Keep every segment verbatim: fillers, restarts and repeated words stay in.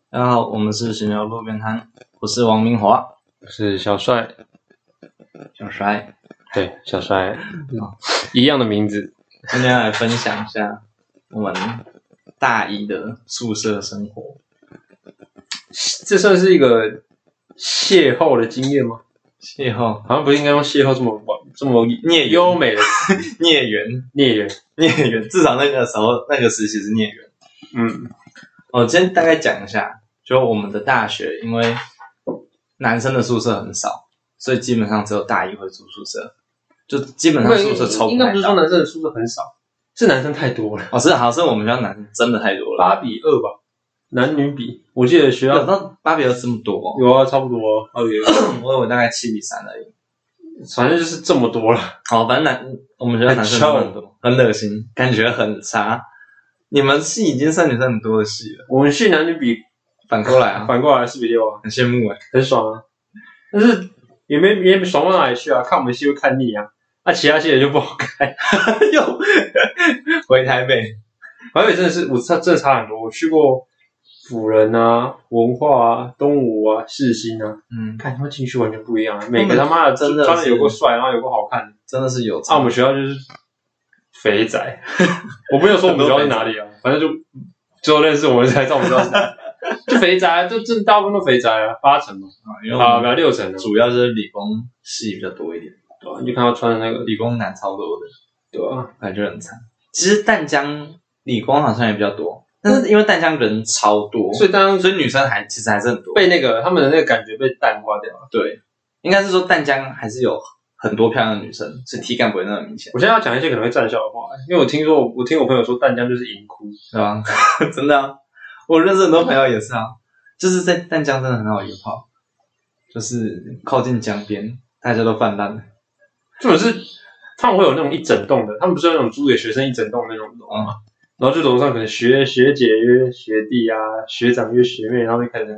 大家好，我们是闲聊路边摊，我是王明华， 我是小帅， 小帅， 对，小帅，一样的名字。 今天来分享一下我们大一的宿舍生活。 这算是一个邂逅的经验吗？ 邂逅好像不是应该用邂逅这么这么孽缘优美的孽缘， 孽缘， 孽缘，至少那个时候那个时期是孽缘。 嗯， 我今天大概讲一下，就我们的大学，因为男生的宿舍很少，所以基本上只有大一会住宿舍，就基本上宿舍抽不太到。 应该不是说男生的宿舍很少，是男生太多了。 哦，是好，是我们学校男生真的太多了， 八比二吧，男女比。我记得学校有到八比二这么多、哦， 有啊，差不多八比二。 我以为大概七比三而已。 反正就是这么多了。 好，反正男我们学校男生都很多，很恶心，感觉很差。你们系已经算女生很多的系了， 我们系男女比反过来啊， 反过来四比六啊， 很羡慕哎、欸， 很爽啊。但是也没也爽到哪里去啊，看我们系会看腻啊，那、啊、其他系的就不好看。 又回台北， 台北真的是我差真的差很多。我去过辅仁啊、文化啊、东吴啊、世新啊， 嗯， 看他们进去完全不一样啊，每个他妈的真的穿的有够帅，然后有够好看， 真的是有差。 啊，我们学校就是肥宅，我没有说我们学校是哪里啊，反正就最后认识我们才知道我们学校是哪里。就肥宅，就真大部分都肥宅啊，八成嘛，啊，不要六成， 主要就是理工系比较多一点， 对吧、啊？你就看他穿的那个理工男超多的， 对吧、啊？ 感觉很惨。其实淡江理工好像也比较多，但是因为淡江人超多， 所以淡江所以女生还其实还是很多， 被那个他们的那个感觉被淡化掉了。 对，应该是说淡江还是有很多漂亮的女生，所以体感不会那么明显。 我现在要讲一些可能会站笑的话，因为我听说我听我朋友说淡江就是淫窟， 对吧？真的啊，我认识很多朋友也是啊。就是在淡江真的很好约炮，就是靠近江边，大家都泛滥了。 或者是他们会有那种一整栋的，他们不是有那种租给学生一整栋那种楼吗？嗯、然后就楼上可能学学姐约学弟啊，学长约学妹，然后就开始，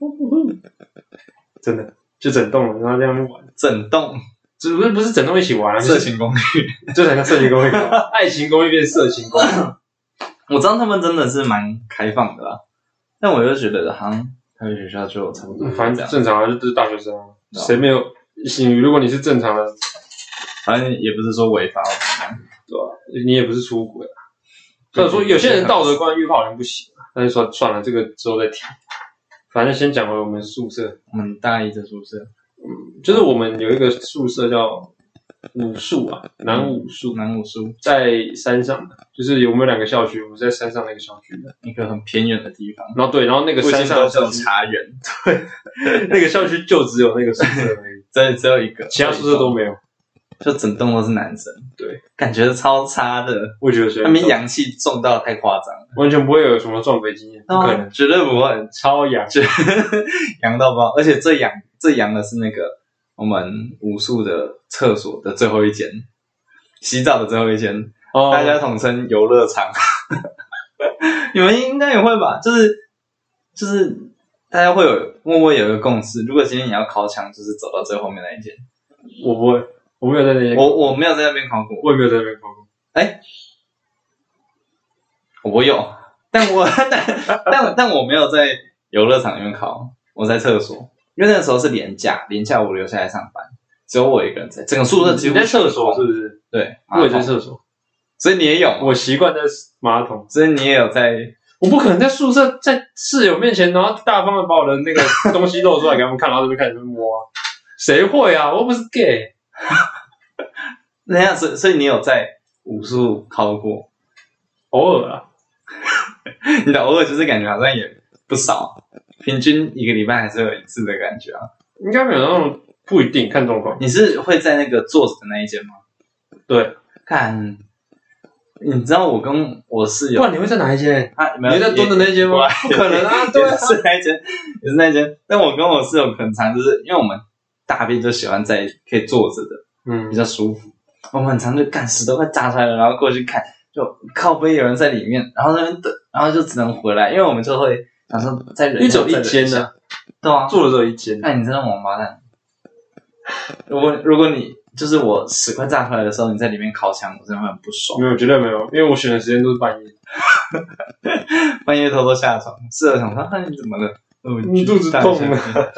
真的就整栋了，然后这样玩， 整栋， 只不是不是整栋一起玩、啊， 色情公寓， 就才叫色情公寓，爱情公寓变色情公寓。 我知道他们真的是蛮开放的啦。但我就觉得，好像台北学校就差不多， 反正正常啊，就是大学生啊，谁没有？如果你是正常的， 反正也不是说违法或怎么样， 对吧、啊？你也不是出轨啊。所以说，有些人道德观约炮人不行，但是说算了，这个之后再提。反正先讲回我们宿舍， 我们大一的宿舍， 嗯，就是我们有一个宿舍叫武宿啊，南武宿， 南武宿在山上的，就是有没有两个校区？我们在山上那个校区的一个很偏远的地方。 然后对，然后那个山上的校区茶园， 对，那个校区就只有那个宿舍而已， 真的只有一个， 其他宿舍都没有， 就整栋都是男生。 对， 感觉超差的。 我觉得他们阳气重到太夸张了， 完全不会有什么撞鬼经验，不可能， 绝对不会， 超阳， 阳到爆！而且最阳最阳的是那个我们武术的厕所的最后一间。洗澡的最后一间，哦、大家统称游乐场。你们应该也会吧？就是就是大家会有默默有一个共识，如果今天你要考枪，就是走到最后面那一间。 我不会，我没有在那边， 我我没有在那边考过， 我也没有在那边考过。 哎，我有，但我但但但我没有在游乐场里面考，我在厕所，因为那个时候是连假，连假我留下来上班。只有我一个人在，整个宿舍几乎你在厕所是不是？ 对， 我也在厕所， 所以你也有。 我习惯在马桶， 所以你也有在。 我不可能在宿舍在室友面前，然后大方的把我的那个东西露出来给他们看，然后就开始摸啊。谁会啊？我又不是 gay。 那样，所以所以你有在武术考过？ 偶尔啊。 你的偶尔就是感觉好像也不少，平均一个礼拜还是有一次的感觉啊。 应该没有那种。不一定看状况。 你是会在那个坐着的那一间吗？ 对， 看，你知道我跟我室友， 不然你会在哪一间？ 啊， 你会在蹲的那一间吗？不可能啊，对啊， 是那一间，也是那一间。但我跟我室友很常就是因为我们大便就喜欢在可以坐着的，嗯，比较舒服。我们很常就干屎都快炸出来了，然后过去看，就靠背有人在里面，然后那边等，然后就只能回来，因为我们就会想说再忍一下， 你只有一间呢， 对啊， 坐了只有一间。 那你真的王八蛋。如果如果你就是我屎快炸出来的时候，你在里面烤枪，我真的会很不爽。 没有，绝对没有，因为我选的时间都是半夜。 半夜偷偷下床，试了想说，那你怎么了？ 你肚子痛了？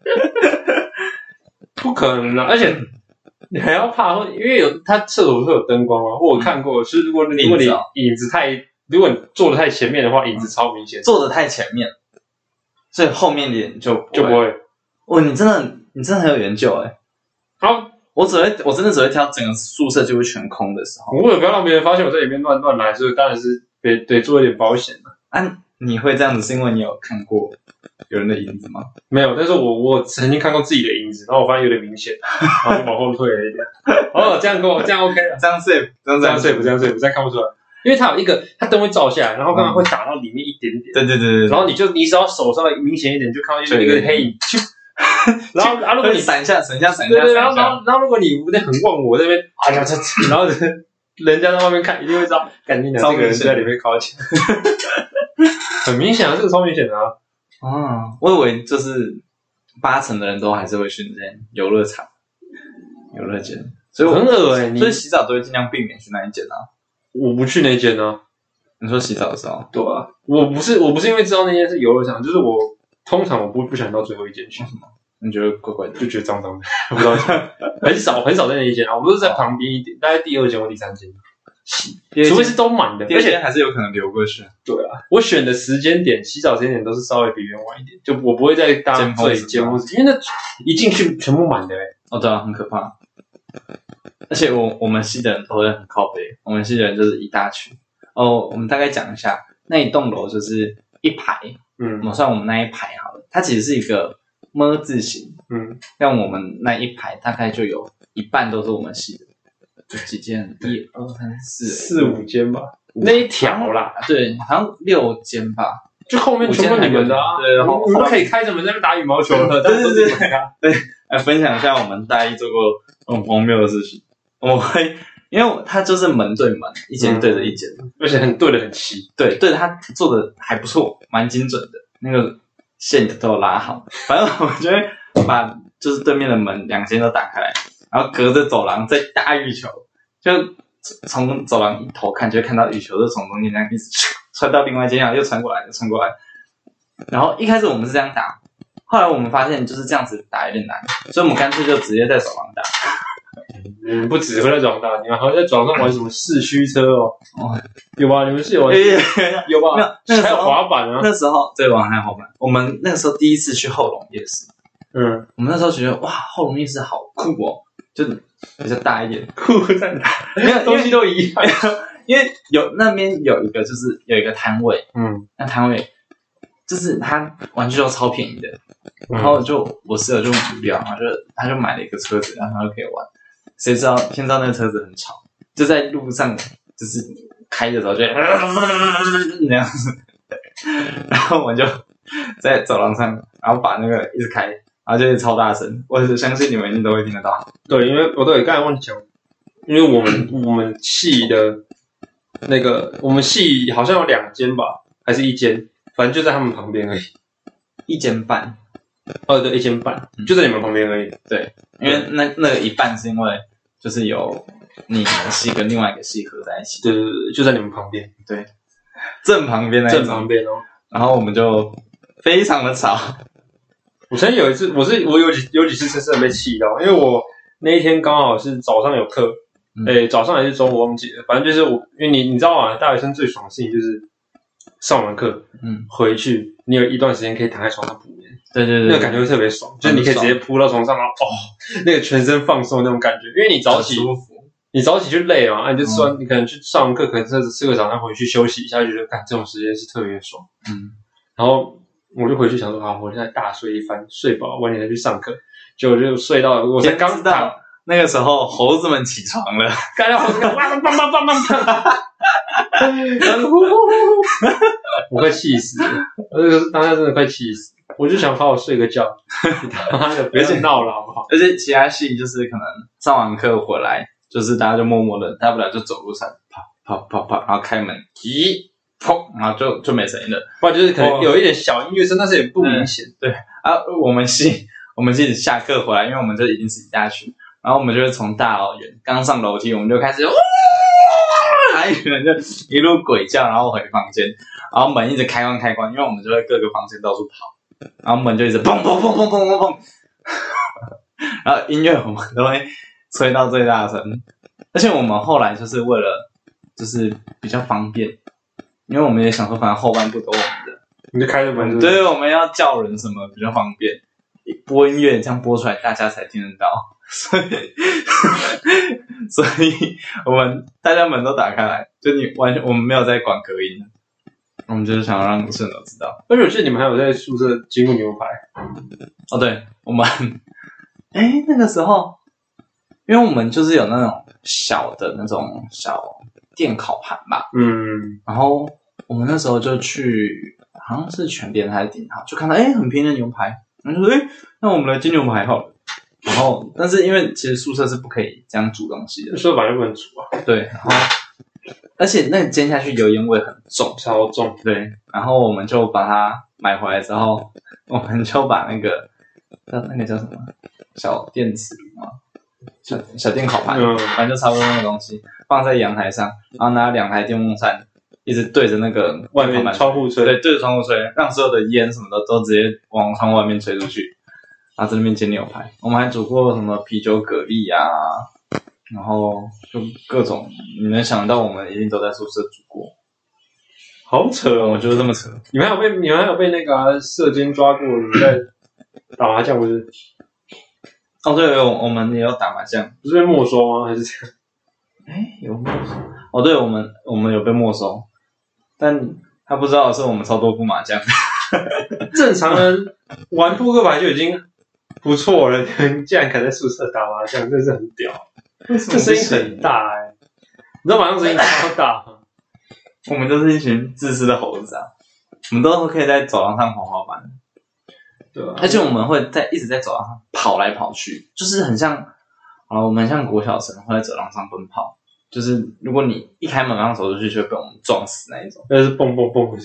不可能啊！而且你还要怕，因为有他厕所会有灯光嘛，或我看过，是如果如果你影子太，如果你坐的太前面的话，影子超明显， 坐的太前面，所以后面脸就就不会。 哦，你真的你真的很有研究哎。 好， 我只会我真的只会挑整个宿舍就会全空的时候。 我为了不要让别人发现我在里面乱乱来，所以当然是得得做一点保险了。 啊，你会这样子是因为你有看过有人的影子吗？ 没有，但是我我曾经看过自己的影子，然后我发现有点明显，然后就往后退了一点。哦，这样够，这样 OK 了， 这样 safe， 这样 safe， 这样 safe， 这样看不出来，因为它有一个，它灯会照下来，然后刚刚会打到里面一点点。 对对对对。 然后你就你只要手稍微明显一点，就看到一个黑影，就，然后啊，如果你闪一下，闪一下，闪一下，对对，然后然后然后如果你在很忘我这边，哎呀，这，然后人家在外面看，一定会知道，赶紧讲这个人在里面靠前。很明显啊，这个超明显的啊！ 啊，我以为就是八成的人都还是会选择游乐场、游乐间，所以我很恶哎、欸， 所以洗澡都会尽量避免去那一间啊。 我不去那间啊。 你说洗澡的时候？ 对啊，我不是我不是因为知道那间是游乐场，就是我通常我不不想到最后一间去。 为什么？你觉得怪怪的？ 就觉得脏脏的，不知道很少很少在那一间啊，我都是在旁边一点，大概第二间或第三间。除非是都满的， 而且还是有可能流过去。 对啊，我选的时间点，洗澡时间点都是稍微比别人晚一点，就我不会再搭最尖峰时，因为那一进去全部满的哎、欸。 哦，对啊，很可怕。而且我我们系的人都会很靠北，我们系的人就是一大群。哦，我们大概讲一下，那一栋楼就是一排，嗯，我们算我们那一排好了，它其实是一个么字形，嗯，像我们那一排大概就有一半都是我们系的。就几间，一二三四四五间吧，那一条啦， 对，好像六间吧， 就后面全部你们的啊，对，然后我们可以开着门在那边打羽毛球了， 对对对对，来分享一下我们大一做过很荒谬的事情。我们会，因为它就是门对门，一间对着一间， 而且很对得很齐， 对对，它做的还不错，蛮精准的，那个线都有拉好，反正我就会把就是对面的门两间都打开来。然后隔着走廊再打羽球，就从走廊一头看，就会看到羽球就从中间这样一直传到另外一间，又传过来，又传过来。然后一开始我们是这样打，后来我们发现就是这样子打有点难，所以我们干脆就直接在走廊打。 嗯，不只会在走廊打，你们还会在走廊上玩什么四驱车哦？哦，有吧？你们是有玩？有吧？ 没有，那个时候还有滑板啊。 那时候对，玩还有滑板。我们那个时候第一次去后龙夜市，嗯，我们那时候觉得哇，后龙夜市好酷哦。就比较大一点， 酷在哪？没有东西都一样， 因为有那边有一个就是有一个摊位，嗯，那摊位就是他玩具都超便宜的，然后就我室友就很无聊，然后就他就买了一个车子，然后他就可以玩。谁知道先知道那个车子很吵，就在路上就是开的时候就那样子，然后我们就在走廊上，然后把那个一直开。然后就是超大声，我相信你们一定都会听得到。 对，因为我对刚才忘记讲，因为我们我们系的那个，我们系好像有两间吧，还是一间，反正就在他们旁边而已， 一间半。 哦，对，一间半，嗯、就在你们旁边而已。 对，因为那那个一半是因为就是有你们系跟另外一个系合在一起。 对对对，就在你们旁边。 对，正旁边那一种。 正旁边哦。 然后我们就非常的吵。 我曾经有一次，我是我有几有几次真的被气到，因为我那一天刚好是早上有课，诶、嗯欸，早上还是中午忘记了，反正就是我，因为你你知道吗？大学生最爽的事情就是上完课，嗯，回去你有一段时间可以躺在床上补眠， 对对 对, 对， 那个感觉会特别爽，就是你可以直接扑到床上，然后哦，那个全身放松那种感觉，因为你早起，你早起就累嘛，啊，你就吃完，嗯、你可能去上完课，可能吃吃个早餐回去休息一下，就觉得干这种时间是特别爽，嗯，然后。我就回去想说，好，我现在大睡一番，睡饱，晚点再去上课。结果就睡到我才刚躺， 那个时候猴子们起床了， 看到猴子们，棒棒棒棒棒棒，我快气死了！我当时真的快气死，我就想好好睡个觉。你他妈的不要闹了好不好？ 而且其他系就是可能上完课回来，就是大家就默默的，大不了就走路上跑跑跑跑，然后开门，咦。砰，然后就就没声音了， 不然就是可能有一点小音乐声，但是也不明显。 嗯、对啊，我们系我们系下课回来，因为我们就已经是一大群，然后我们就会从大老远刚上楼梯，我们就开始，哇， 一群人就一路鬼叫，然后回房间，然后门一直开关开关，因为我们就会各个房间到处跑，然后门就一直砰砰砰砰砰砰砰，然后音乐我们都会吹到最大声，而且我们后来就是为了就是比较方便，因为我们也想说反正后半部都我们的， 你就开着门， 对，我们要叫人什么比较方便，播音乐这样播出来大家才听得到，所以所以我们大家门都打开来，就你完全我们没有在管隔音，我们就是想要让舍友知道。 而且我记得你们还有在宿舍经过牛排。 哦，对，我们哎那个时候，因为我们就是有那种小的那种小电烤盘吧， 嗯， 然后我们那时候就去，好像是全联还是顶好，就看到哎很便宜的牛排，然后就说哎那我们来煎牛排好了。然后，但是因为其实宿舍是不可以这样煮东西的， 宿舍本来就不能煮啊。 对，然后而且那个煎下去油烟味很重， 超重。 对，然后我们就把它买回来之后，我们就把那个叫那个叫什么小电磁炉嘛，小小电烤盘， 嗯， 反正就差不多那个东西，放在阳台上，然后拿两台电风扇一直对着那个外面窗户吹， 对，对着窗户吹，让所有的烟什么的都直接往窗外面吹出去。然后在那边煎牛排，我们还煮过什么啤酒蛤蜊啊，然后就各种你能想到，我们一定都在宿舍煮过。 好扯哦， 我就是这么扯。 你们还有被你们还有被那个、啊、舍监抓过？你们在打麻将不是？ 哦，对，我我们也有打麻将， 不是被没收吗？还是这样？ 哎，有没收？哦，对，我们我们有被没收，但他不知道的是我们超多副麻将。 正常人玩扑克牌就已经不错了，你们竟然敢在宿舍打麻将，真是很屌。这声音很大哎、欸，你知道麻将声音超大吗？ 我们就是一群自私的猴子啊！我们都可以在走廊上滑滑板， 对啊， 而且我们会在一直在走廊上跑来跑去，就是很像，啊，我们很像国小生会在走廊上奔跑，就是如果你一开门刚走出去，就会被我们撞死那一种， 那是蹦蹦蹦。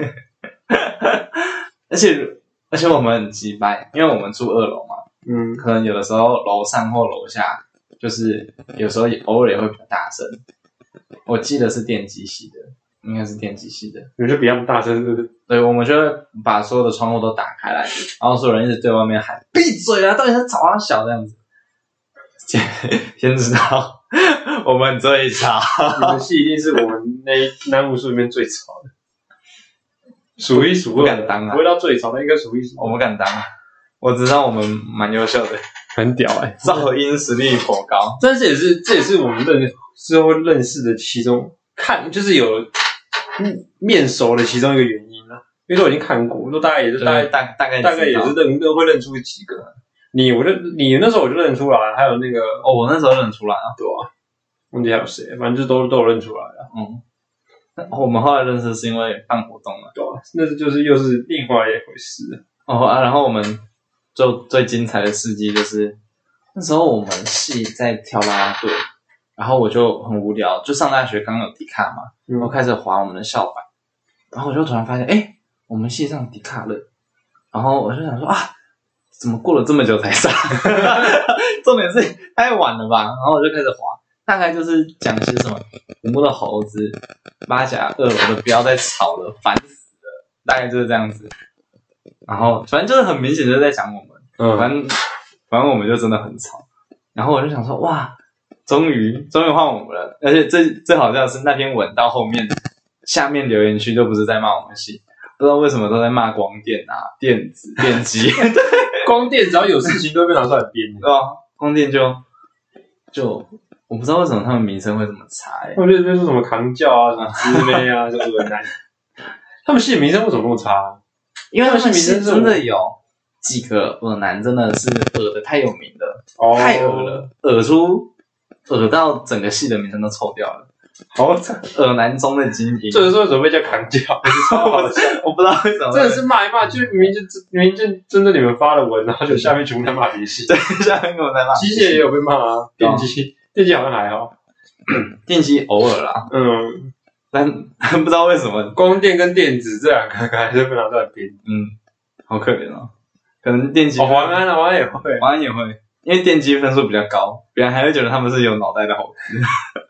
而且而且我们很鸡掰，因为我们住二楼嘛， 嗯， 可能有的时候楼上或楼下，就是有时候也偶尔也会比较大声。我记得是电机系的，应该是电机系的， 你们就比他们大声，对不对？ 对，我们就会把所有的窗户都打开来，然后所有人一直对外面喊闭嘴啊，到底是吵啊小这样子。先先知道我们最吵， 你们系一定是我们那南武宿里面最吵的。数一数二， 不敢当啊！ 不会到最吵，但应该数一数二。 我不敢当啊！我知道我们蛮优秀的， 很屌哎、欸， 噪音实力颇高。 但是也是这也是我们认之后认识的其中看就是有面熟的其中一个原因啊。因为说我已经看过，都大概也是大概大大概大概也是认都会认出几个。你我就你那时候我就认出来，还有那个哦，我那时候认出来啊， 对啊，忘记还有谁，反正就都都有认出来了。 嗯。我们后来认识是因为办活动了， 对啊，那是就是又是另外一回事哦啊，然后我们就最精彩的事迹就是那时候我们系在跳啦啦队，然后我就很无聊，就上大学刚有迪卡嘛，然后开始滑我们的校版，然后我就突然发现，哎，我们系上迪卡了，然后我就想说啊，怎么过了这么久才上？重点是太晚了吧，然后我就开始滑。大概就是讲些什么古墓的猴子、八甲二楼的不要再吵了，烦死了，大概就是这样子。然后反正就是很明显就是在讲我们，嗯，反正反正我们就真的很吵。然后我就想说，哇，终于终于换我们了，而且最最好笑的是那篇文到后面下面留言区都不是在骂我们系，不知道为什么都在骂光电啊、电子、电机。 光电只要有事情都被拿出来编， 对吧？光电就就。我不知道为什么他们名声会这么差欸， 我觉得就是什么扛教啊、什么姊妹啊、什么恶男，他们系的名声为什么那么差、啊？ 因为他们系真的有几个恶男真的是恶的太有名了，哦、太恶了，恶出恶到整个系的名声都臭掉了。好惨，恶男中的精英。 这个时候准备叫扛教，超好笑， 我不知道为什么， 真的是骂一骂，就明明就明明就针对你们发了文，然后就下面全部在骂别系， 对，下面我在骂。 机械也有被骂啊，电机。电机好像还好， 电机偶尔啦， 嗯， 但不知道为什么光电跟电子这两个还是被拿出来编， 嗯，好可怜哦。可能电机， 哦，黄安啊，黄安也会， 黄安也会，因为电机分数比较高，别人还会觉得他们是有脑袋的猴子。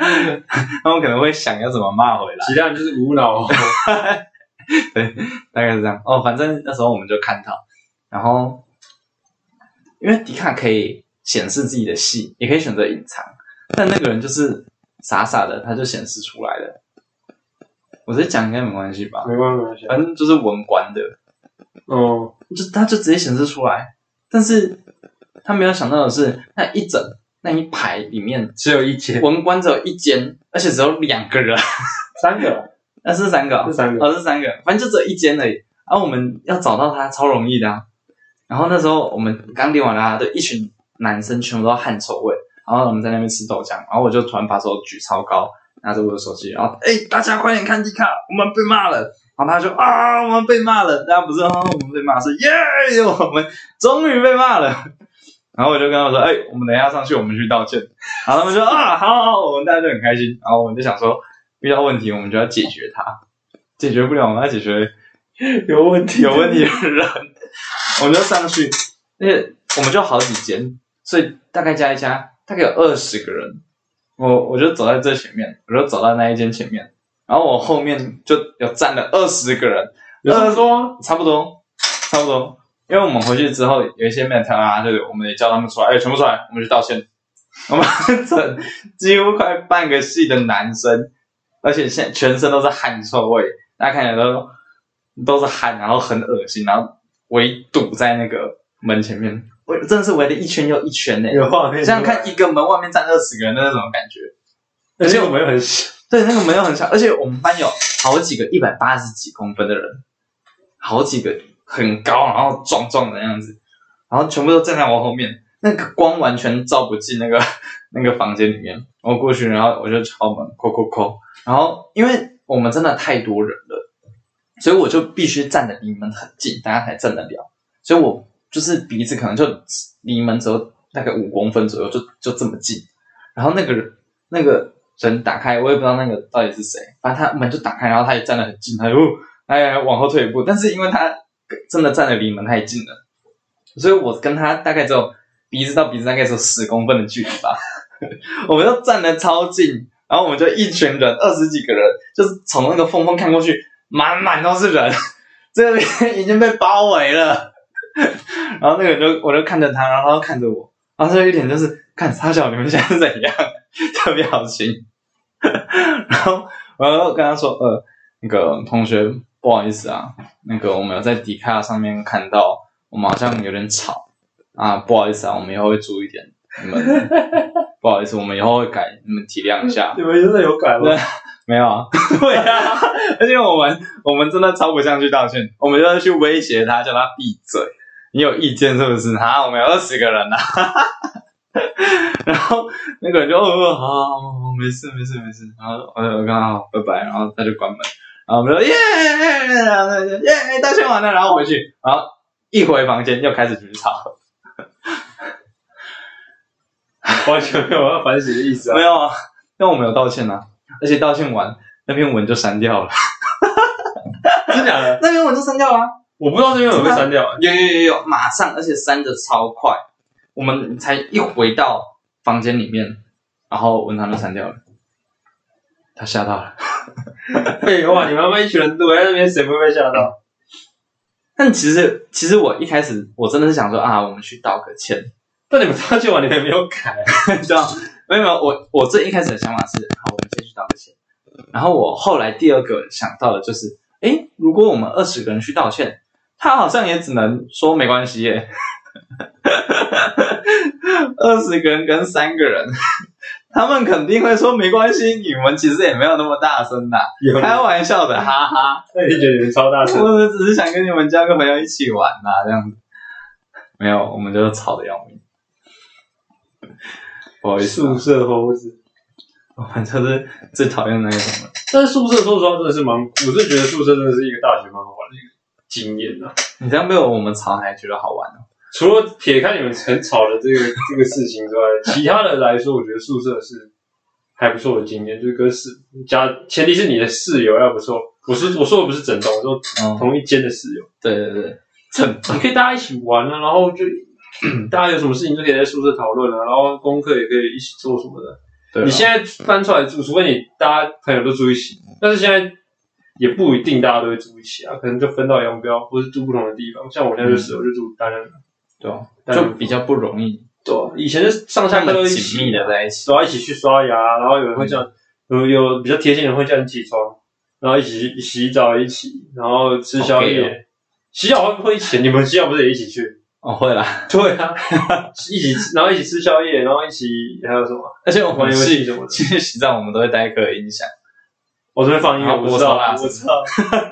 他们可能会想要怎么骂回来， 其他人就是无脑。 对，大概是这样。哦，反正那时候我们就看到，然后因为迪卡可以显示自己的戏，也可以选择隐藏，但那个人就是傻傻的，他就显示出来了。我直接讲应该没关系吧？ 没关系，没关系， 反正就是文官的， 哦， 就他就直接显示出来，但是他没有想到的是，那一整那一排里面只有一间， 文官只有一间，而且只有两个人， 三个， 那是三个、哦， 是三个， 哦是三个，反正就只有一间而已。然后我们要找到他超容易的、啊，然后那时候我们刚练完啦，对，一群男生全部都汗臭味，然后我们在那边吃豆浆，然后我就突然把手举超高，拿着我的手机，然后哎，大家快点看迪卡，我们被骂了。然后他就啊，我们被骂了，大家不是啊，我们被骂，是耶，我们终于被骂了。然后我就跟他们说，哎，我们等一下上去，我们去道歉。然后他们说啊，好好好，我们大家就很开心。然后我们就想说，遇到问题我们就要解决它，解决不了我们要解决有问题有问题的人。我们就上去，而且我们就好几间，所以大概加一加，大概有二十个人。我我就走在最前面，我就走到那一间前面。然后我后面就有站了二十个人， 有这么多？ 差不多，差不多。因为我们回去之后，有一些没有跳啊，对，我们也叫他们出来，哎，全部出来，我们去道歉。我们整几乎快半个系的男生，而且现在全身都是汗臭味，大家看起来都都是汗，然后很恶心，然后围堵在那个门前面，围真的是围了一圈又一圈呢。 有画面， 这样看一个门外面站二十个人的那种感觉， 而且我们又很小。 对，那个门又很小，而且我们班有好几个一百八十几公分的人，好几个很高，然后壮壮的样子，然后全部都站在我后面，那个光完全照不进那个那个房间里面。我过去，然后我就敲门，扣扣扣，然后因为我们真的太多人了，所以我就必须站得离门很近，大家才站得了，所以我就是鼻子可能就离门只有大概五公分左右，就就这么近，然后那个人那个。人打开，我也不知道那个到底是谁，反正他门就打开，然后他也站得很近，他就哎往后退一步，但是因为他真的站得离门太近了，所以我跟他大概只有鼻子到鼻子大概只有十公分的距离吧，我们就站得超近，然后我们就一群人二十几个人，就是从那个缝缝看过去，满满都是人，这边已经被包围了，然后那个人就我就看着他，然后他看着我，然后他就一脸就是看傻小你们现在是怎样。特别好心，然后我要跟他说，呃，那个同学，不好意思啊，那个我们有在迪卡上面看到，我们好像有点吵啊，不好意思啊，我们以后会注意点，你们不好意思，我们以后会改，你们体谅一下。 你们真的有改吗？ 没有啊，对啊，而且我们我们真的超不像去道歉，我们就要去威胁他，叫他闭嘴。你有意见是不是？啊，我们有二十个人啊。然后那个人就哦好好好没事没事没事，然后我就跟他好拜拜，然后他就关门，然后我们说耶耶道歉完了，然后回去，然后一回房间又开始继续吵， 完全没有要反省的意思啊， 没有啊，但我们有道歉啊，而且道歉完那篇文就删掉了， 真假的？ 那篇文就删掉了、啊， 我不知道这篇文被删掉了， 有有有有，马上，而且删的超快。我们才一回到房间里面，然后文章就删掉了，他吓到了。 废话，你们他一群人躲在那边，谁不会被吓到？ 但其实，其实我一开始我真的是想说啊，我们去道个歉。 但你们道歉完，你们没有改， 对啊，没有没有，我我最一开始的想法是，好，我们先去道个歉。然后我后来第二个想到的就是，诶，如果我们二十个人去道歉，他好像也只能说没关系耶。二十个人跟三个人，他们肯定会说没关系，你们其实也没有那么大声啦，开玩笑的，哈哈。 那你觉得你们超大声？ 我只是想跟你们交个朋友一起玩啦，这样子。没有，我们就吵得要命。不好意思、啊， 宿舍猴子， 我们就是最讨厌那一种了。 但是宿舍说实话真的是蛮，我是觉得宿舍真的是一个大学蛮好玩的一个经验啊。 你这样被我们吵还觉得好玩哦？ 除了撇开你们很吵的这个这个事情之外，其他的来说，我觉得宿舍是还不错的经验，就是跟室加前提是你的室友要不错。我是我说的不是整栋，我说同一间的室友。 嗯、对对对， 你可以大家一起玩啊，然后就大家有什么事情就可以在宿舍讨论啊，然后功课也可以一起做什么的。 你现在搬出来住，除非你大家朋友都住一起，但是现在也不一定大家都会住一起啊，可能就分道扬镳，或是住不同的地方。像我现在就是，嗯、我就住单人， 对啊，就比较不容易。 对、啊，以前就上下课都一起紧密的在一起， 都要一起去刷牙，然后有人会叫、嗯、有有比较贴心的人会叫你起床，然后一起洗澡一起，然后吃宵夜。Okay 哦、洗澡会会一起？你们洗澡不是也一起去？ 哦，会啦。 对啊，一起吃，然后一起吃宵夜，然后一起还有什么？ 而且我们洗什么？其实洗澡我们都会带一个音响。 我这边放音乐，我知道，我知道，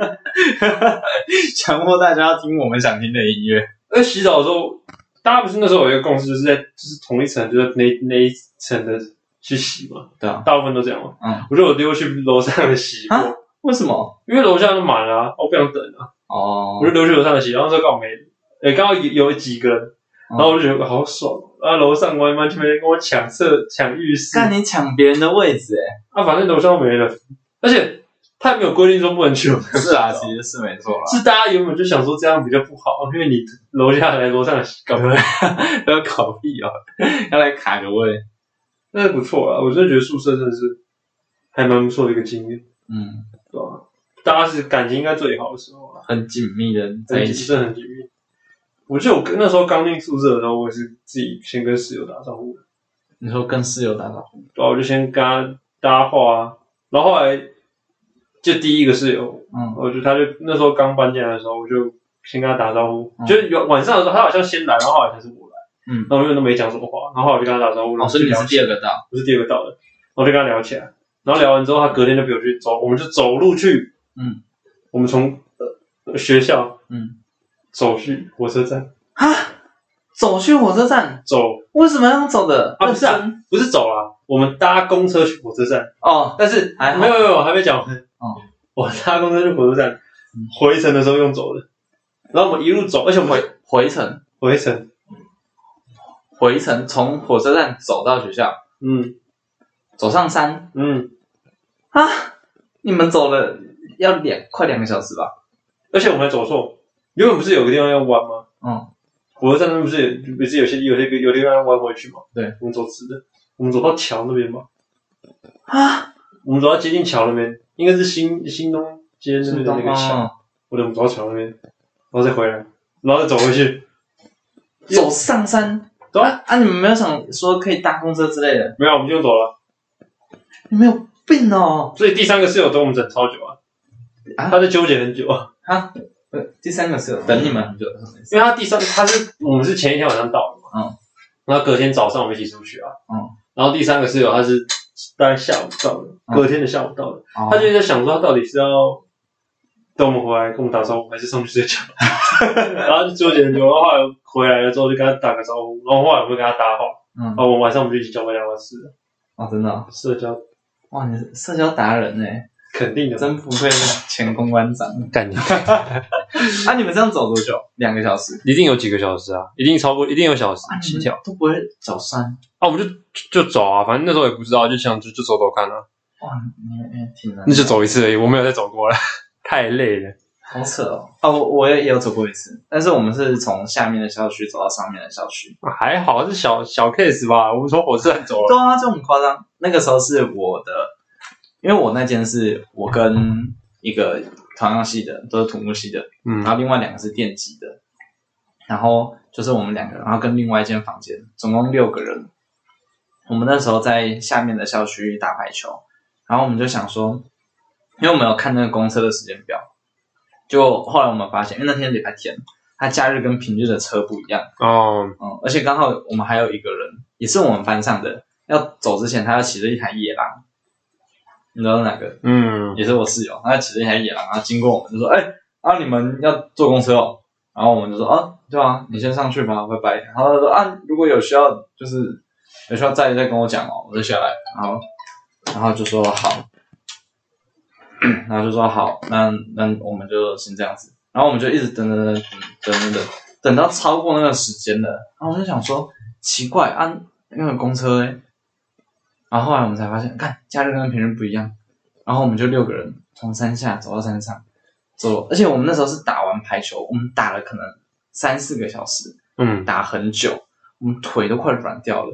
强迫大家要听我们想听的音乐。 而洗澡的时候，大家不是那时候有一个共识，就是在就是同一层，就是那那一层的去洗嘛。对啊，大部分都这样嘛。嗯，我就有丢去楼上的洗过。 为什么？ 因为楼下都满了、啊，我不想等啊。哦。我就丢去楼上的洗，然后这刚好没，诶，刚好有几个人，然后我就觉得好爽。啊，楼上完完全没人跟我抢厕抢浴室。 干你抢别人的位置诶、欸、 啊，反正楼上都没了。而且他也没有规定说不能去。 是啊，其实是没错啦。 是大家原本就想说这样比较不好，因为你楼下来楼上搞不要搞屁哦，要来卡个位， 那不错啊。我真的觉得宿舍真的是还蛮不错的一个经验。嗯，对吧、啊？大家是感情应该最好的时候了， 很紧密的在一起， 真的很紧密。我记得我那时候刚进宿舍的时候，我也是自己先跟室友打招呼的。 你说跟室友打招呼？ 对啊，我就先跟他搭话啊，然后后来就第一个室友，嗯，我就他就那时候刚搬进来的时候，我就先跟他打招呼，嗯、就是有晚上的时候，他好像先来，然后后来才是我来，嗯，然后我永远都没讲什么话，然后后来我就跟他打招呼， 哦，所以你是第二个到， 我是第二个到的，然后就跟他聊起来，然后聊完之后，他隔天就陪我去走，我们就走路去，嗯，我们从、呃、学校，嗯，走去火车站， 啊，走去火车站， 走， 为什么要走的？ 啊，不是啊，不是走啊，我们搭公车去火车站， 哦，但是还没有没有，还没讲完，哦，我搭公车去火车站，嗯、回程的时候用走的，然后我们一路走，而且我们回回程， 回程， 回程从火车站走到学校，嗯。走上山，嗯，啊，你们走了要两快两个小时吧？ 而且我们还走错，原本不是有个地方要弯吗？嗯，火车站那不是不是有些有些有地方要弯回去吗？对，我们走直的，我们走到桥那边吧。啊，我们走到接近桥那边，应该是新新东街那边的那个桥，或者我们走到桥那边，然后再回来，然后再走回去， 走上山。对啊，啊，你们没有想说可以搭公车之类的？ 没有，我们就走了。 你没有病哦！ 所以第三个室友等我们等超久啊，啊他在纠结很久啊。 他呃，第三个室友等你们很久， 因为他第三他是我们是前一天晚上到的嘛，嗯，然后隔天早上我们一起出去啊，嗯，然后第三个室友他是大概下午到的，嗯、隔天的下午到的，嗯、他就在想说他到底是要等我们回来跟我们打招呼，还是上去睡觉，然后就纠结很久，然后后来回来了之后就跟他打个招呼，然后后来我们跟他搭话，嗯，然后我们晚上我们就一起交换电话室了。 哦，真的、哦、 社交。 哇，你是社交达人哎， 肯定的， 真不愧是前公关长。 干你！ 啊，你们这样走多久？两个小时？ 一定有几个小时啊，一定超过，一定有小时起跳、 啊。都不会走山啊？我们就就走啊，反正那时候也不知道，就想就就走走看啊。 哇，你你挺难。 那就走一次而已，我没有再走过了，太累了。 好扯哦！啊，我我也有走过一次，但是我们是从下面的校区走到上面的校区， 啊、还好是小小 case 吧。我们从火车站走了。 对啊，这很夸张。那个时候是我的，因为我那间是我跟一个同样系的，都是土木系的，嗯，然后另外两个是电机的，然后就是我们两个，然后跟另外一间房间，总共六个人。我们那时候在下面的校区打排球，然后我们就想说，因为我们有看那个公车的时间表。就后来我们发现，因为那天礼拜天，它假日跟平日的车不一样哦，嗯，而且刚好我们还有一个人，也是我们班上的，要走之前他要骑着一台野狼，你知道是哪个？嗯，也是我室友，他骑着一台野狼，然后经过我们就说，哎、欸，啊你们要坐公车哦，然后我们就说，啊，对啊，你先上去吧，拜拜。然后他说，啊，如果有需要，就是有需要再再跟我讲哦，我就下来，然后然后就说好。然后就说好，那那我们就先这样子，然后我们就一直等等等等等等，等到超过那个时间了，然后我就想说奇怪啊，那个公车欸，然后后来我们才发现，看假日跟平日不一样，然后我们就六个人从山下走到山上，走，而且我们那时候是打完排球，我们打了可能三四个小时，嗯，打很久，我们腿都快软掉了，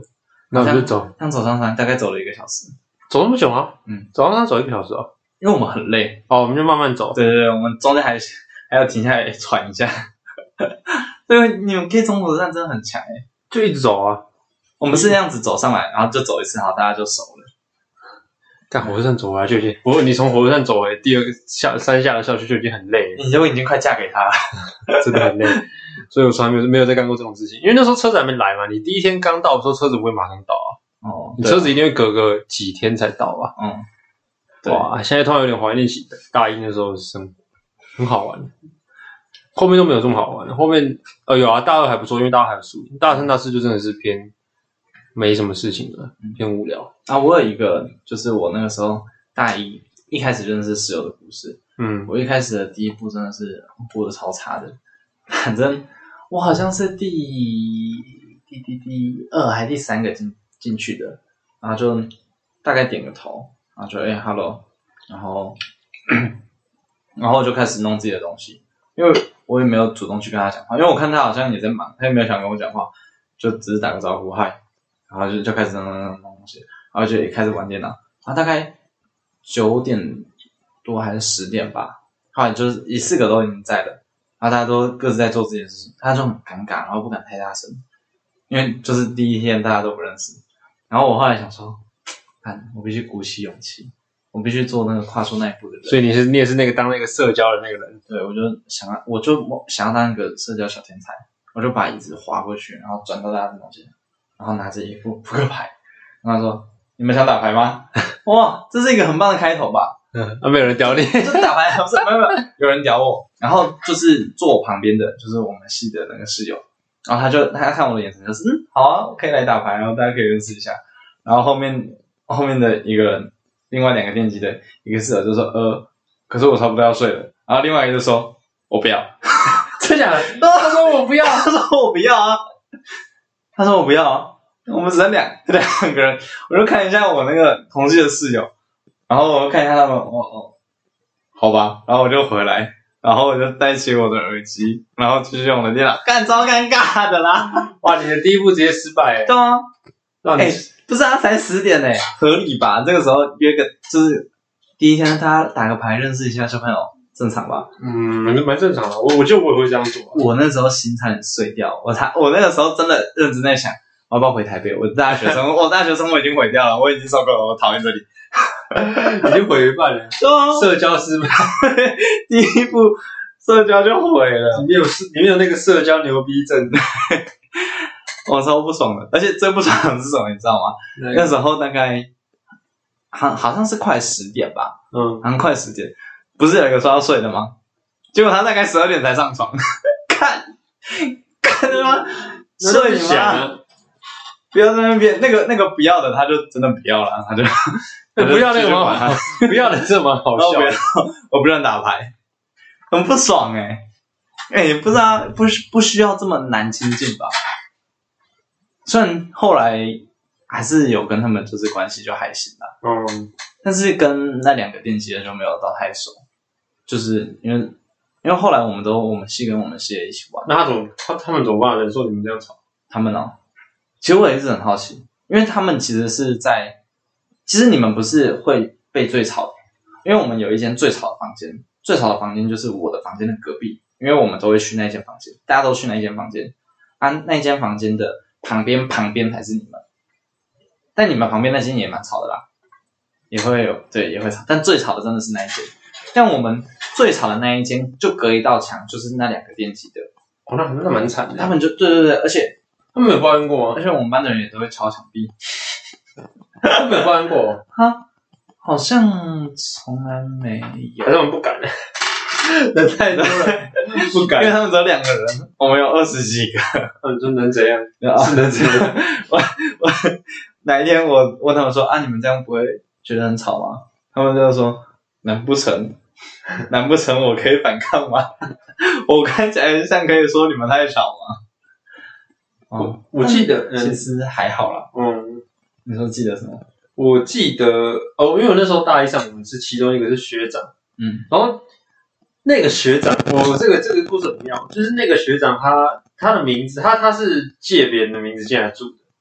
那我就走， 像走上山大概走了一个小时， 走那么久吗？ 嗯， 走上山走一个小时哦， 因为我们很累， 哦，我们就慢慢走。 对对对，我们中间还还要停下来喘一下。对，你们可以从火车站真的很强哎， 就一直走啊。 我们是这样子走上来，然后就走一次，好，大家就熟了。 干火车站走回来就已经，不过你从火车站走回第二个下山下的校区就已经很累了， 你就已经快嫁给他了， 真的很累。所以我从来没有没有再干过这种事情，因为那时候车子还没来嘛，你第一天刚到的时候车子不会马上到啊，哦，你车子一定会隔个几天才到吧？嗯，对哇，现在突然有点怀念起大一那时候的生活，很好玩。后面都没有这么好玩，后面呃有啊，大二还不错，因为大二还有宿营，大三、大四就真的是偏没什么事情了，偏无聊啊。我有一个，就是我那个时候大一一开始认识室友的故事。嗯，我一开始的第一步真的是过得超差的，反正我好像是第第第第二还第三个进进去的，然后就大概点个头，然后就哎、欸、hello， 然后然后就开始弄自己的东西，因为我也没有主动去跟他讲话，因为我看他好像也在忙，他也没有想跟我讲话，就只是打个招呼嗨，然后就就开始弄弄弄东西，然后就也开始玩电脑，然后大概九点多还是十点吧，后来就是一四个都已经在了，然后大家都各自在做这件事情，他就很尴尬，然后不敢太大声，因为就是第一天大家都不认识，然后我后来想说，看我必须鼓起勇气。我必须做那个跨出那一步的人， 所以你是你也是那个当那个社交的那个人。 对，我就想要，我就想要当一个社交小天才，我就把椅子滑过去，然后转到大家的中间，然后拿着一副扑克牌，然后说：“你们想打牌吗？”哇，这是一个很棒的开头吧？ 嗯，啊，没有人屌你， 就打牌不是没有没有，有人屌我，然后就是坐我旁边的，就是我们系的那个室友，然后他就他看我的眼神就是嗯，好啊，可以来打牌，然后大家可以认识一下，然后后面后面的一个人。另外两个电机的一个室友就说呃，可是我差不多要睡了，然后另外一个就说我不要， 真假的？他说我不要， 他说我不要啊，他说我不要啊，我们只能两两个人，我就看一下我那个同系的室友，然后我看一下他们，哦哦，好吧，然后我就回来，然后我就戴起我的耳机，然后继续用我的电脑，干超尴尬的啦， 哇，你的第一步直接失败哎， 对啊， 让你。 欸不是啊，才十点呢，合理吧？这个时候约个就是第一天，大家打个牌认识一下小朋友，正常吧？ 嗯，蛮正常的。我我就我也会这样做、啊。 我那时候心差点碎掉，我才我那个时候真的认真在想，我要不要回台北？我大学生，我大学生活已经毁掉了，我已经受够了，我讨厌这里， 已经毁一半了。社交失败， 第一步社交就毁了。 你没有你没有那个社交牛逼症。 我超不爽的，而且最不爽的是什么，你知道吗？那, 那时候大概好好像是快十点吧，嗯，好像快十点，不是有一个说要睡的吗？结果他大概十二点才上床，看，看他妈睡你妈！不要在那边，那个那个不要的，他就真的不要了，他就不要那个吗？不要的这么好笑， 不要，我不能打牌，很不爽哎、欸，哎、欸，不知道不不需要这么难亲近吧？虽然后来还是有跟他们就是关系就还行啦，嗯，但是跟那两个电机的就没有到太熟，就是因为因为后来我们都我们系跟我们系一起玩， 那他怎么他他们怎么办？忍受你们这样吵？ 他们哦，其实我也一直很好奇，因为他们其实是在，其实你们不是会被最吵的，因为我们有一间最吵的房间，最吵的房间就是我的房间的隔壁，因为我们都会去那间房间，大家都去那间房间，啊，那间房间的。旁边旁边才是你们，但你们旁边那间也蛮吵的啦，也会有对也会吵，但最吵的真的是那一间。像我们最吵的那一间，就隔一道墙，就是那两个电机的。 哦，那那蛮惨的。 他们就对对对，而且他们没有抱怨过吗？ 而且我们班的人也都会敲墙壁。 他们没有抱怨过？ 哈，好像从来没有。 还是我们不敢。人太多了，不敢， 因为他们只有两个人，我们有二十几个， 嗯，就能怎样？ 是能怎样？我我哪一天我问他们说啊，你们这样不会觉得很吵吗？他们就说难不成，难不成我可以反抗吗？我看起来像可以说你们太吵吗？ 哦，我记得其实还好啦。嗯，你说记得什么？ 我记得哦，因为我那时候大一上，我们是其中一个是学长，嗯，然后。那个学长，我这个这个故事很妙，就是那个学长他他的名字，他他是借别人的名字进来住的，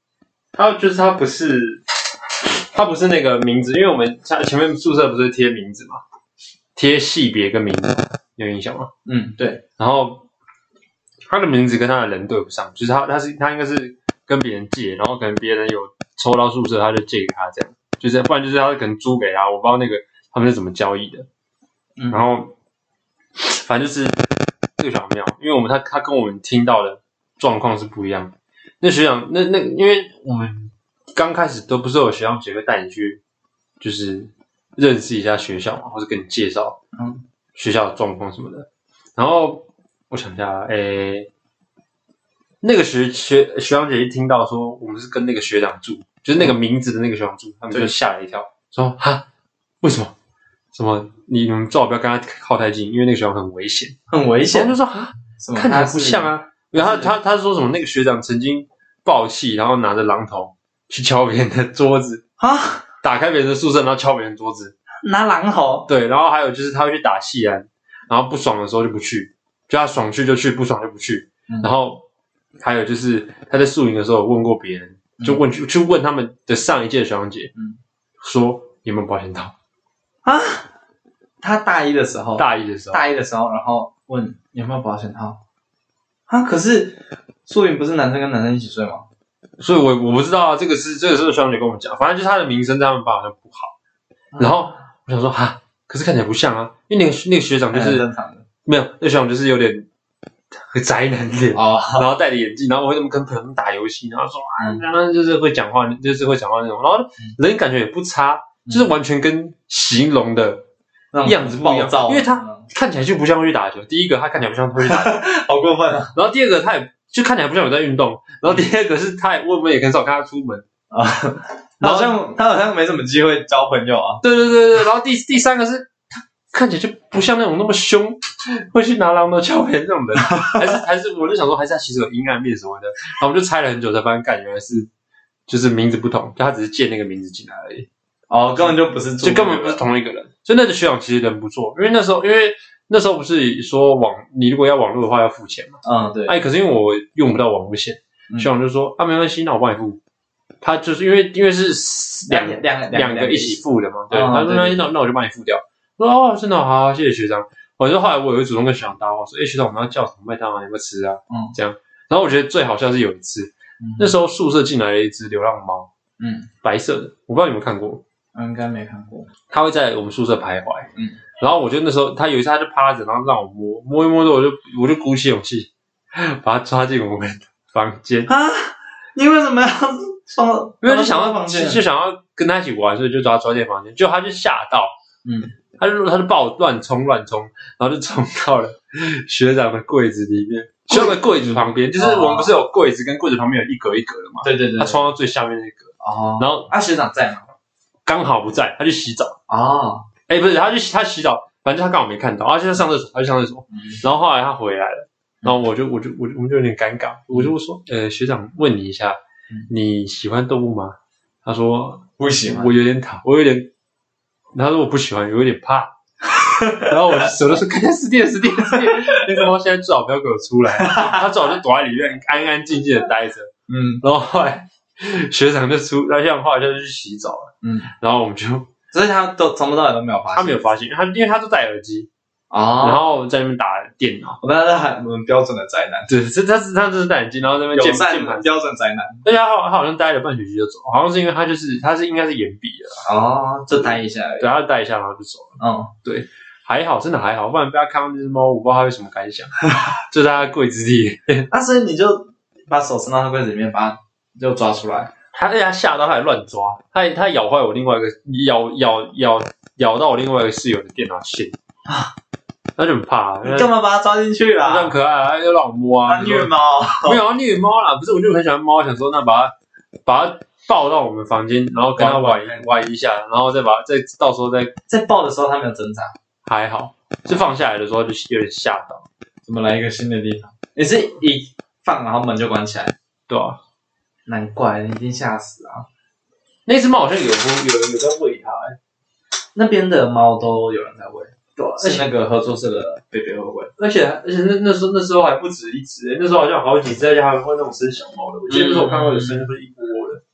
他就是他不是他不是那个名字，因为我们前面宿舍不是贴名字嘛，贴系别跟名字，有印象吗？ 嗯，对。 然后他的名字跟他的人对不上，就是他他是他应该是跟别人借，然后可能别人有抽到宿舍，他就借给他这样，就是不然就是他可能租给他，我不知道那个他们是怎么交易的。嗯，然后反正就是这个小妙，因为我们他他跟我们听到的状况是不一样的。那学长那那因为我们刚开始都不是有学长姐会带你去，就是认识一下学校嘛，或者跟你介绍嗯学校的状况什么的。然后我想一下，诶，那个学学学长姐一听到说我们是跟那个学长住，就是那个名字的那个学长住，他们就吓了一跳，说哈为什么？什么？你们最好不要跟他靠太近，因为那个学长很危险， 很危险。 就说啊，看起来不像啊。然后他他他说什么？那个学长曾经爆气，然后拿着榔头去敲别人的桌子啊，打开别人的宿舍，然后敲别人桌子， 拿榔头。 对，然后还有就是他会去打系安，然后不爽的时候就不去，就他爽去就去，不爽就不去。嗯、然后还有就是他在宿营的时候问过别人，就问去、嗯、去问他们的上一届的学长姐，嗯、说有没有保险套啊？他大一的时候， 大一的时候， 大一的时候，然后问有没有保险套啊？可是宿营不是男生跟男生一起睡吗？ 所以我我不知道啊，这个是这个是学长姐跟我们讲，反正就是他的名声在他们班好像不好。嗯、然后我想说哈，可是看起来不像啊，因为那个那个学长就是正常的， 没有，那个学长就是有点宅男脸，哦、然后戴着眼镜，然后我跟朋友们打游戏，然后说啊，然后就是会讲话，就是会讲话那种，然后人感觉也不差，就是完全跟形容的样子不一样，因为他看起来就不像会去打球。第一个，他看起来不像会去打球， 好过分啊！ 然后第二个，他也就看起来不像有在运动。然后第二个是他也，我们也很少看他出门啊， 好像他好像没什么机会交朋友啊。 对对对对，然后第第三个是他看起来就不像那种那么凶，会去拿榔头敲别人这种人，还是还是我就想说，还是他其实有阴暗面什么的。然后我们就猜了很久，才发现，干原来是就是名字不同，就他只是借那个名字进来而已。 哦，根本就不是， 就根本不是同一个人。所以那个学长其实人不错，因为那时候，因为那时候不是说网，你如果要网络的话要付钱嘛。 嗯，对。 哎，可是因为我用不到网络线，嗯、学长就说啊，没关系，那我帮你付。他就是因为因为是两两两个一起付的嘛，对。嗯、他说那那那我就帮你付掉。我说哦，真的好，谢谢学长。我就后来我有主动跟学长搭话说，哎，学长我们要叫什么麦当劳，有没有吃啊？嗯，这样。然后我觉得最好笑是有一次，嗯、那时候宿舍进来了一只流浪猫，嗯，白色的，我不知道你有没有看过。 应该没看过， 他会在我们宿舍徘徊，嗯，然后我就那时候他有一次他就趴着，然后让我摸摸一摸之后，我就我就鼓起勇气把他抓进我们房间啊！你为什么要放？ 因为就想要就想要跟他一起玩，所以就抓他抓进房间，结果他就吓到，嗯，他就他就把我乱冲乱冲，然后就冲到了学长的柜子里面，学长的柜子旁边，就是我们不是有柜子跟柜子旁边有一格一格的嘛？ 对对对， 他冲到最下面那格，哦，然后啊学长在吗？ 刚好不在，他去洗澡啊！ 哎、欸，不是，他去他洗澡，反正他刚好没看到，他就在上厕所，他去上厕所。嗯、然后后来他回来了，然后我就我就我就我们就有点尴尬，我就说，呃，学长问你一下，你喜欢动物吗？他说不喜欢， 我有点讨，我有点，他说我不喜欢，有点怕。然后我就手就说，赶紧死定死定死定！那个猫现在最好不要给我出来，他最好就躲在里面安安静静的待着。嗯，然后后来。学长就出，那像后来就去洗澡了，嗯，然后我们就， 所以他都从头到尾都没有发现， 他没有发现，他因为他都戴耳机啊，然后在那边打电脑， 我刚才喊我们标准的宅男， 对，这他是他这是戴眼镜，然后在那边键键盘标准宅男， 而且他他好像待了半学期就走，好像是因为他就是他是应该是延毕的哦，就待一下而已， 对，他待一下然后就走了，嗯，对，还好真的还好，不然被他看到那只猫，我不知道他有什么感想，就在他柜子里， 那所以你就把手伸到他柜子里面，把它就抓出来。 他被他吓到，他还乱抓，他他咬坏我另外一个咬咬咬咬到我另外一个室友的电脑线啊，他就很怕、啊。 你干嘛把他抓进去啦？ 他很可爱啊，他就让我摸啊。 他虐猫？ 没有啊，虐猫啦，不是，我就很喜欢猫，想说那把它把它抱到我们房间，然后跟他玩玩一下，然后再把再到时候再在抱的时候他没有挣扎， 还好，是放下来的时候就有点吓到。 怎么来一个新的地方？也是一放然后门就关起来， 对啊。 难怪一定吓死啊！ 那只猫好像有有有在喂它、欸， 那边的猫都有人在喂， 对、啊， 是那个合作社的贝贝会喂， 而且而且那那时候那时候还不止一只、欸，那时候好像好几只，而且还会那种生小猫的。我记得那时候我看到有生就是一窝的。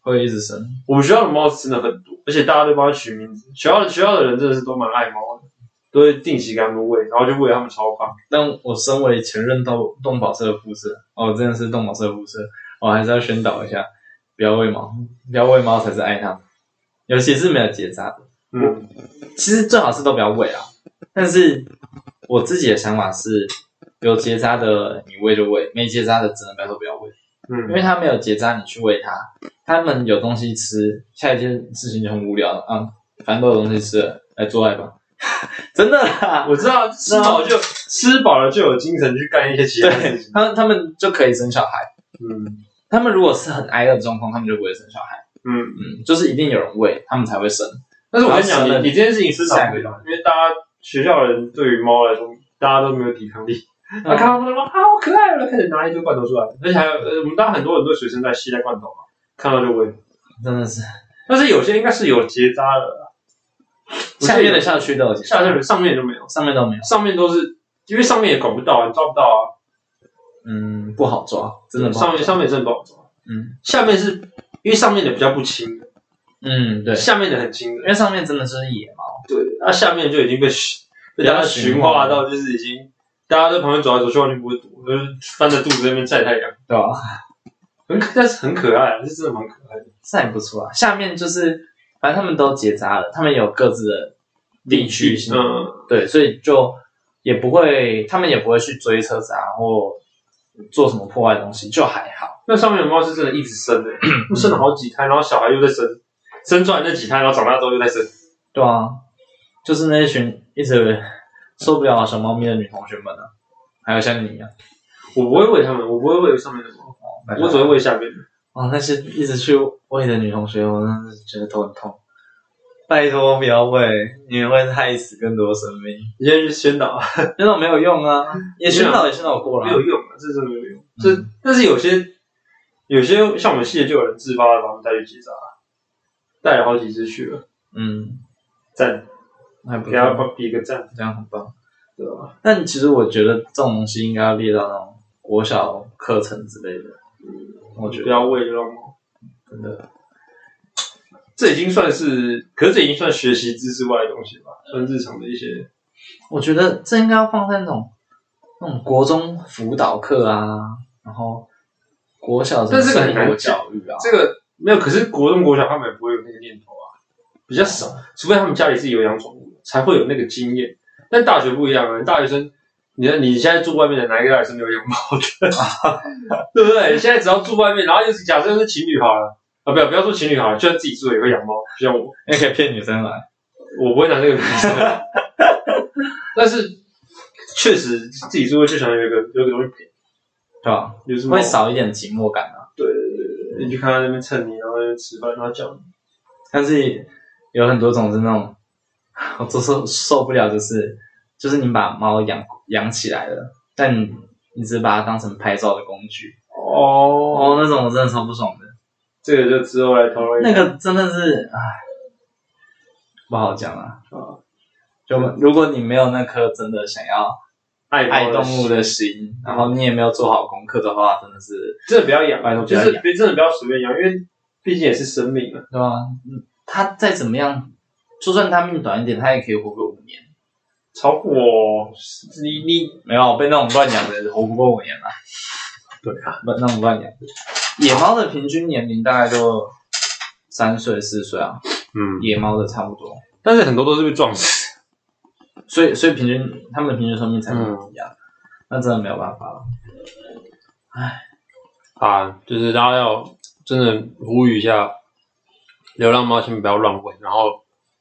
会一直生。 我们学校的猫真的很多，而且大家都帮它取名字。学校的学校的人真的是都蛮爱猫的，都会定期给它们喂，然后就喂它们超胖。 但我身为前任动动保社的副社，哦，真的是动保社的副社，我还是要宣导一下，不要喂猫，不要喂猫才是爱它们，尤其是没有结扎的。 嗯， 其实最好是都不要喂啊，但是我自己的想法是，有结扎的你喂就喂，没结扎的真的拜托不要喂。嗯，因为它没有结扎，你去喂它，它们有东西吃，下一件事情就很无聊了啊，反正都有东西吃了，来做爱吧。真的啦， 我知道，吃饱就吃饱了就有精神去干一些其他事情。 他他们就可以生小孩。嗯，他们如果是很挨饿的状况，他们就不会生小孩。嗯嗯，就是一定有人喂，他们才会生。 但是我跟你讲，你你这件事情是哪个？因为大家学校人对于猫来说，大家都没有抵抗力。他看到他说啊，好可爱了，开始拿一堆罐头出来，而且还有呃，我们当然很多人都随身带携带罐头嘛，看到就喂， 真的是。 但是有些应该是有结扎的， 下面的校区都有结扎， 下面上面都没有， 上面都没有， 上面都是因为上面也管不到，你抓不到啊。 嗯，不好抓，真的不好抓。 上面上面真的不好抓。嗯，下面是因为上面的比较不轻。 嗯，对， 下面的很轻的， 因为上面真的是野猫。 对，那、啊、下面就已经被被大家驯化到，就是已经大家在旁边走来走去，完全不会躲，就是翻着肚子在那边晒太阳，对吧？很但是很可爱啊，是真的蛮可爱的， 是还不错啊。下面就是反正他们都结扎了，他们有各自的地区性，嗯，对，所以就也不会，他们也不会去追车子啊，或做什么破坏的东西，就还好。 那上面的猫是真的一直生的、欸，生了好几胎，然后小孩又在生。生出来那几胎，然后长大之后又在生。 对啊，就是那一群一直受不了小猫咪的女同学们啊，还有像你一样， 我不会喂它们，我不会喂上面的猫，哦、我只会喂下面的。 哦，那些一直去喂的女同学，我真是觉得头很痛。拜托不要喂，你会害死更多生命。 你先去宣导， 宣导没有用啊，也宣导也宣导过了， 没有用啊，这真的没有用。这、嗯、但是有些有些像我们系的就有人自发把他们带去结扎。带了好几只去了，嗯，赞， 还不错， 给他比个赞， 这样很棒， 对吧？ 但其实我觉得这种东西应该要列到那种国小课程之类的， 嗯，我觉得不要喂流浪猫， 真的， 这已经算是，可是这已经算学习知识外的东西吧，算日常的一些。 我觉得这应该要放在那种那种国中辅导课啊，然后国小的生活教育啊， 这个。没有，可是国中、国小他们也不会有那个念头啊，比较少，除非他们家里是有养宠物的，才会有那个经验。但大学不一样啊，大学生，你你现在住外面的哪一个还是没有养猫的，对不对？你现在只要住外面，然后就是假设是情侣好了，啊，不要不要说情侣好了，就算自己住也会养猫，就像我， 你可以骗女生来， 我不会拿这个女生来，但是确实自己住就想有一个有一个东西陪， 对吧？就是会少一点寂寞感啊。 对对对。你就看他那边蹭你，然后在那边吃饭，然后叫你。 但是有很多种是那种，我都受受不了，就是就是你把猫养养起来了，但你你只把它当成拍照的工具。哦哦，那种我真的超不爽的。 这个就之后来讨论。 那个真的是，唉，不好讲啊。啊，就如果你没有那颗真的想要爱爱动物的心，然后你也没有做好功课的话，真的是真的不要养，就是真的不要随便养，因为毕竟也是生命啊， 对吧？嗯，它再怎么样，就算它命短一点，它也可以活个五年。 超过你你没有被那种乱养的活不过五年啦。 对啊， 不那种乱养的，野猫的平均年龄大概就三岁四岁啊，嗯，野猫的差不多， 但是很多都是被撞死。 所以，所以平均他们的平均寿命才不一样，嗯、那真的没有办法了。唉， 啊，就是大家要真的呼吁一下，流浪猫先不要乱喂，然后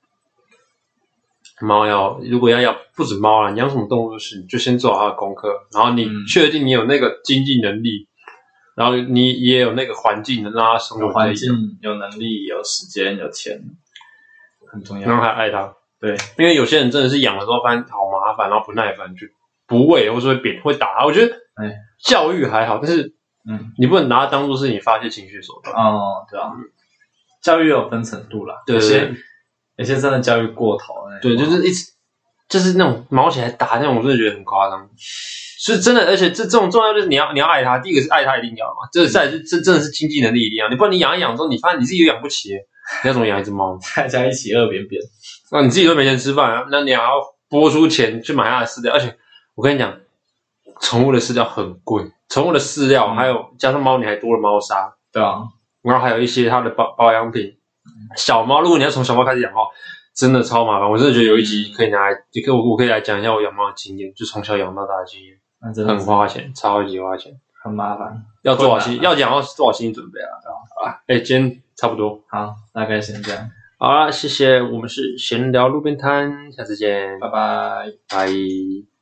猫要如果要养，不止猫啦，你养什么动物都是，你就先做好它的功课，然后你确定你有那个经济能力，然后你也有那个环境能让它生活， 有环境、有能力、有时间、有钱，很重要， 然后还爱它。 对， 因为有些人真的是养了之后发现好麻烦，然后不耐烦，就不喂，或是会扁、会打他。我觉得，哎，教育还好，但是，嗯，你不能拿它当做是你发泄情绪手段。 哦，对啊，嗯、教育有分程度啦， 对对对， 有些有些真的教育过头， 对，就是一直就是那种毛起来打那种，我真的觉得很夸张。是真的，而且这这种重要就是你要你要爱它，第一个是爱它一定要嘛，这再是这真的是经济能力一定要，你不然你养一养之后，你发现你自己又养不起，你要怎么养一只猫？ 大家一起饿扁扁， 那你自己都没钱吃饭啊，那你还要拨出钱去买它的饲料，而且我跟你讲，宠物的饲料很贵，宠物的饲料、嗯、还有加上猫，你还多了猫砂， 对啊， 然后还有一些它的保保养品，小猫如果你要从小猫开始养的话。真的超麻烦，我真的觉得有一集可以拿来，也可以我我可以来讲一下我养猫的经验，就从小养到大的经验， 那真的很花钱，超级花钱， 很麻烦， 要做好心，要讲要做好心理准备啊，好吧？哎，今天差不多， 好，大概先这样， 好啦，谢谢，我们是闲聊路边摊，下次见， 拜拜， 拜。